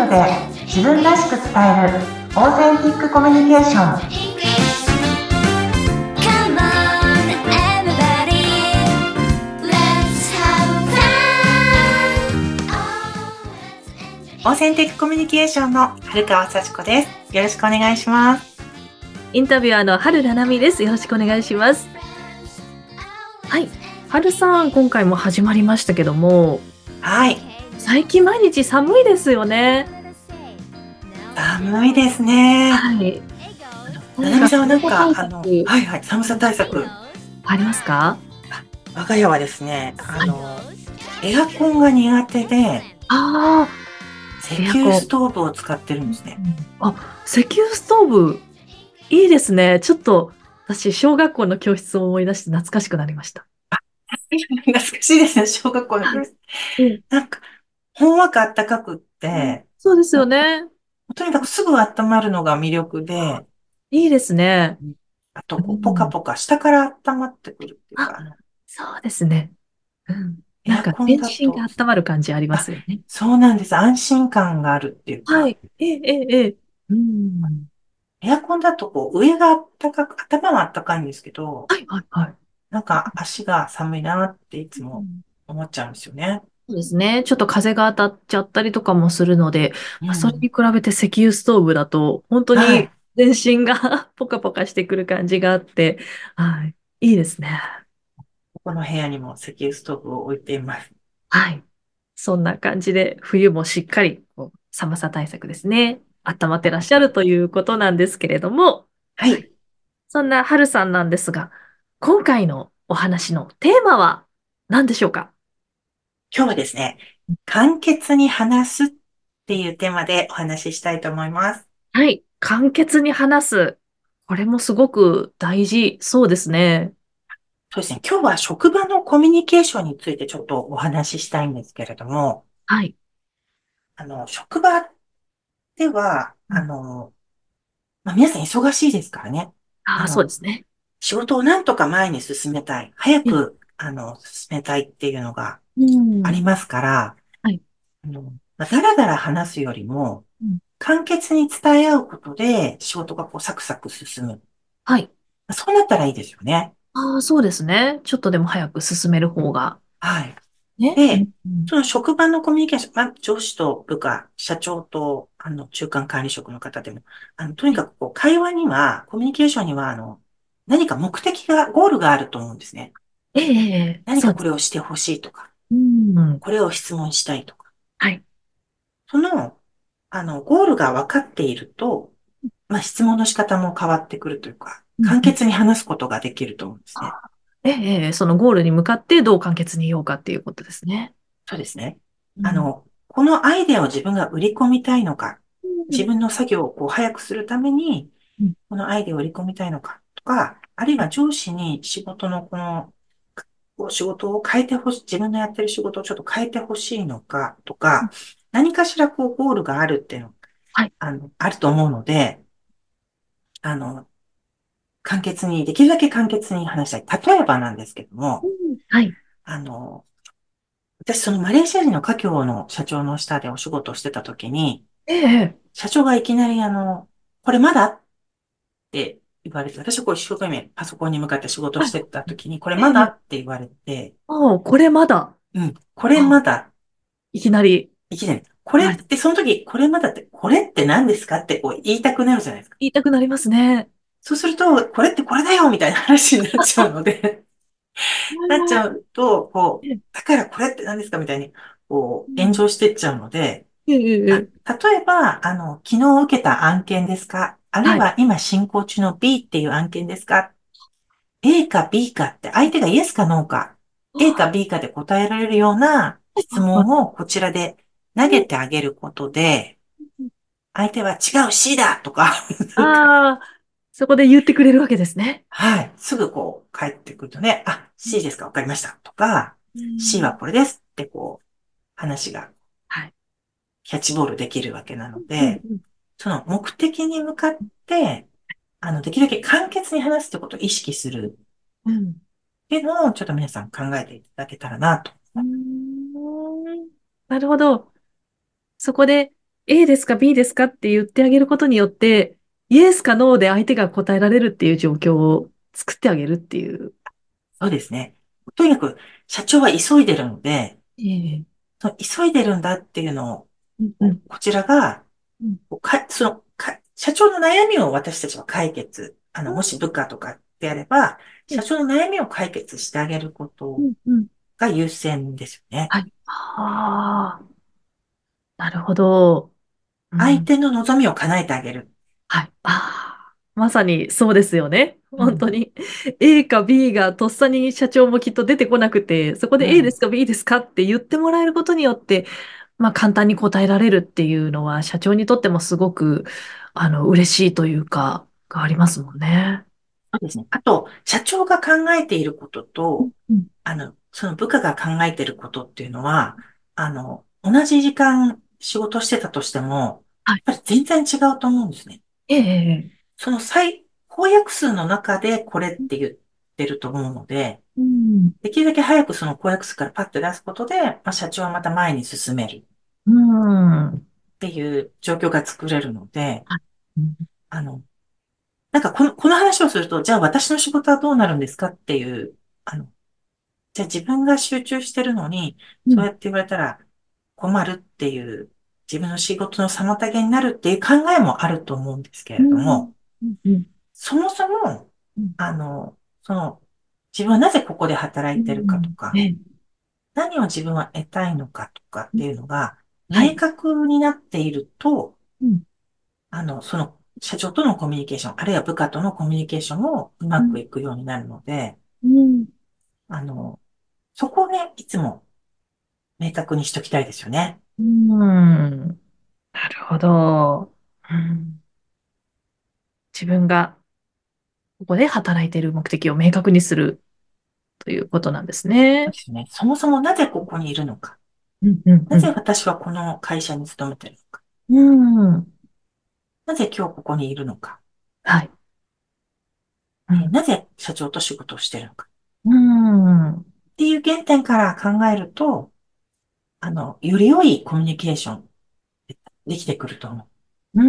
トで自分らしく伝えるオーセンティックコミュニケーション。オーセンティックコミュニケーションの春川幸子です。よろしくお願いします。 インタビュアーの春七海です。よろしくお願いします。はい、春さん、今回も始まりましたけども、 はい。 最近毎日寒いですよね。 寒いですね。 はい。 七海さんはなんか寒さ対策ありますか？ 我が家はですね、エアコンが苦手で、 ああ、 石油ストーブを使ってるんですね。 石油ストーブ、いいですね。ちょっと、私、小学校の教室を思い出して懐かしくなりました。 懐かしいですね、小学校の教室。なんか、ほんわか暖かくって、 そうですよね。 とにかくすぐ温まるのが魅力で、 いいですね。 あと、ポカポカ下から温まってくるっていうか、 そうですね。なんか、 エアコン全身がだと、 温まる感じありますよね。 そうなんです。安心感があるっていうか、 はい。うん。 エアコンだと上が暖かく、頭は暖かいんですけど、 はい。 なんか足が寒いなっていつも思っちゃうんですよね。 そうですね。ちょっと風が当たっちゃったりとかもするので、それにうん。 比べて石油ストーブだと、本当にはい。 全身がポカポカしてくる感じがあって、はい。いいですね。 ここの部屋にも石油ストーブを置いています。 はい。そんな感じで、冬もしっかり寒さ対策ですね。温まってらっしゃるということなんですけれども、 はい。 そんな春さんなんですが、今回のお話のテーマは何でしょうか？ 今日はですね、簡潔に話すっていうテーマでお話ししたいと思います。 はい。簡潔に話す。これもすごく大事そうですね。 そうですね。今日は職場のコミュニケーションについてちょっとお話ししたいんですけれども、 はい。 職場では、皆さん忙しいですからね。 ああ、そうですね。 仕事をなんとか前に進めたい。早え、 く、進めたいっていうのがうん。 ありますから、 はい。 だらだら話すよりも、 うん。 簡潔に伝え合うことで仕事がサクサク進む。 はい。 そうなったらいいですよね。 ああ、そうですね。ちょっとでも早く進める方が。 はい。 ね。 で、その職場のコミュニケーション、上司と部下、社長と、中間管理職の方でも、とにかく会話には、コミュニケーションには、何か目的が、ゴールがあると思うんですね。何かそうです。 これをしてほしいとか、 うん。 これを質問したいとか。 はい。 その、ゴールが分かっていると、質問の仕方も変わってくるというか、簡うん。 潔に話すことができると思うんですね。 あそのゴールに向かってどう簡潔に言おうかっていうことですね。 そうですね。 うん。 このアイデアを自分が売り込みたいのか、 うん。 自分の作業を早くするために、 うん。 このアイデアを売り込みたいのかとか、あるいは上司に仕事の仕事を変えてほしい、自分のやってる仕事をちょっと変えてほしいのかとか、何かしらゴールがあるっていうの、 はい。 あると思うので、あの、できるだけ簡潔に話したい。例えばなんですけども、 はい。 あの、私そのマレーシア人の華僑の社長の下でお仕事をしてた時に、 ええ。 社長がいきなりこれまだって言われて、私は一生懸命パソコンに向かって仕事をはい。 してた時に、これええ。 まだって言われて、 これまだ。 うん、これまあ、 だ、 いきなり。 いきなり、これはい。 ってその時、これまだって、これって何ですかって言いたくなるじゃないですか。 言いたくなりますね。 そうすると、これってこれだよみたいな話になっちゃうので、なっちゃうと、だからこれって何ですかみたいに、炎上してっちゃうので、 ええ。 例えば、昨日受けた案件ですか、あるいはい。 は今進行中の B っていう案件ですか、 A か B かって相手がイエスかノーか、A か B かで答えられるような質問をこちらで投げてあげることで、相手は違う C だとか、なんか、 ああ、そこで言ってくれるわけですね。 はい、すぐ帰ってくるとね、C ですかわかりましたとか、 う C はん。 これですって話がはい。 キャッチボールできるわけなので、 うんうん。 その目的に向かって、できるだけ簡潔に話すってことを意識するうん。 っていうのをちょっと皆さん考えていただけたらなと。 うーん。なるほど。そこで A ですか B ですかって言ってあげることによって、イエスかノーで相手が答えられるっていう状況を作ってあげるっていう。 そうですね。とにかく、社長は急いでるので、 ええ。 その急いでるんだっていうのを、 うんうん。 こちらが、 うん。 社長の悩みを私たちは解決、もし部下とかであれば、 うん社長の悩みを解決してあげることうんうん。 が優先ですよね。 はい。ああ、なるほど。うん。 相手の望みを叶えてあげる。 はい。ああ、まさにそうですよね。 うん、 本当に。A か B がとっさに社長もきっと出てこなくて、そこで A でうん。 すか B ですかって言ってもらえることによって、まあ簡単に答えられるっていうのは、社長にとってもすごく、嬉しいというか、がありますもんね。 そうですね。あと、社長が考えていることと、 うんうんその部下が考えていることっていうのは、同じ時間仕事してたとしても、 はい。 やっぱり全然違うと思うんですね。 ええ、 その公約数の中でこれって言ってると思うので、 うん、 できるだけ早くその公約数からパッと出すことで、社長はまた前に進めるっうん、 ていう状況が作れるので、 はい。うん、 あの、なんかこの話をすると、じゃあ私の仕事はどうなるんですかっていう、あの、じゃあ自分が集中してるのに、 うん、 そうやって言われたら困るっていう、自分の仕事の妨げになるっていう考えもあると思うんですけうん、 れども、 うん、 そもそも、 うん、 あの、その、自分はなぜここで働ういてるかとん、 か、 ええ、 何を自分は得たいのかとかっていうのが、明はい。 確になっていると、 うん、 その社長とのコミュニケーション、あるいは部下とのコミュニケーションもうまくいくようになるので、 うん、 あの、そこをね、いつも明確にしときたいですよね。 うん、なるほど。うん、自分がここで働いている目的を明確にするということなんですね。 そうですね。そもそもなぜここにいるのか。 うん、うん、 なぜうん。 私はこの会社に勤めてるのか。 うん、 なぜ今日ここにいるのか。 はい。うん、 なぜ社長と仕事をしてるのか。 うん、 っていう原点から考えると、より良いコミュニケーションできてくると思う。 うん。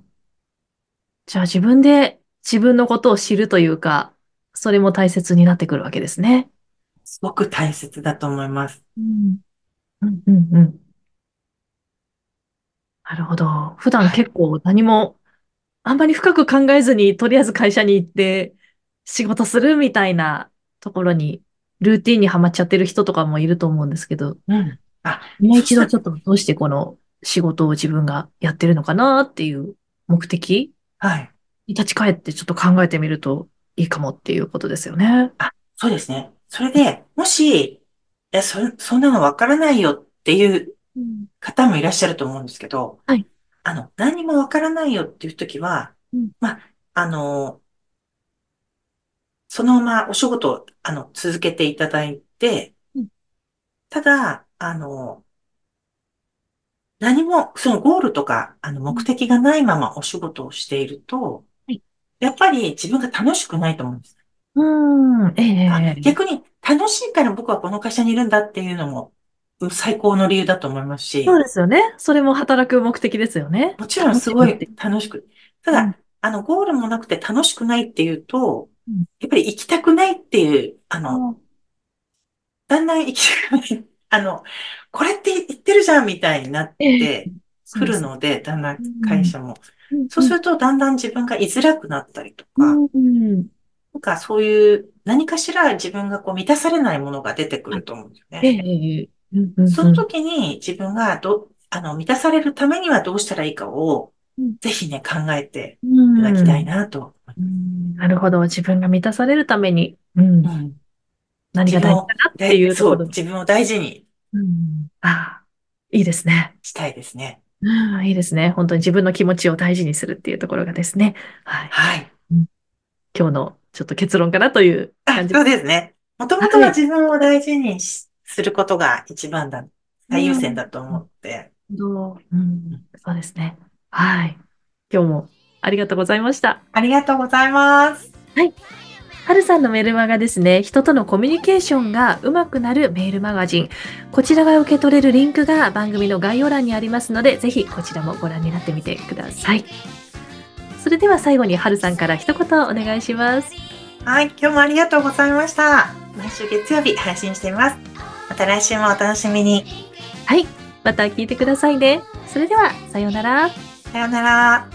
じゃあ自分で自分のことを知るというか、それも大切になってくるわけですね。 すごく大切だと思います。 うん、うん、うん、うん。なるほど。普段はい。 結構何もあんまり深く考えずに、とりあえず会社に行って仕事するみたいなところに、ルーティンにはまっちゃってる人とかもいると思うんですけど、 うん。 今そしたら、 一度ちょっとどうしてこの仕事を自分がやってるのかなっていう目的はい。 に立ち返ってちょっと考えてみるといいかもっていうことですよね。 そうですね。それで、もし、そんなのわからないよっていううん。 方もいらっしゃると思うんですけど、 はい。 何もわからないよっていう時は、 うん。 まあ、そのままお仕事を、続けていただいて、 うん。 ただ、何も、そのゴールとか、 うん。 目的がないままお仕事をしていると、 はい。 やっぱり自分が楽しくないと思うんです。 うーん。ええ。 逆に楽しいから僕はこの会社にいるんだっていうのも、最高の理由だと思いますし、 そうですよね。それも働く目的ですよね。 もちろん楽すごいしむって。 楽しく。たうん。 だ、ゴールもなくて楽しくないっていうと、 うん。 やっぱり行きたくないっていう、 ああ、 だんだん行きたくない、これって言ってるじゃんみたいになっええ。 てくそうです。 るので、だんだんうん。 会社も。 うん。うん。 そうすると、だんだん自分が居づらくなったりとうか、 ん。 なんかそういう何かしら自分がこう満たされないものが出てくはい。 ると思うんですよえね。 え。うん。うん。 そのうん。 時に自分が満たされるためにはどうしたらいいかを、 うん。 ぜひね、考えてういただきたいん。 なと。 うん。なるほど。自分が満たされるために、うん。 うん。 何が大事かなっていうところ。 自分を大事にうん。ああ、いいですね。 したいですね。 うん、いいですね。本当に自分の気持ちを大事にするっていうところがですね。はい。 はい。 うん。今日のちょっと結論かなという感じ。 そうですね。もともとはい。 は自分を大事にすることが一番最優うん。 先だと思って。 うん、そうですね。はい。今日もありがとうございました。 ありがとうございます。 はい。 はるさんのメルマガですね、人とのコミュニケーションが上手くなるメールマガジン。こちらが受け取れるリンクが番組の概要欄にありますので、ぜひこちらもご覧になってみてください。それでは最後にはるさんから一言お願いします。 はい、今日もありがとうございました。毎週月曜日配信しています。また来週もお楽しみに。 はい、また聞いてくださいね。それでは、さようなら。 さようなら。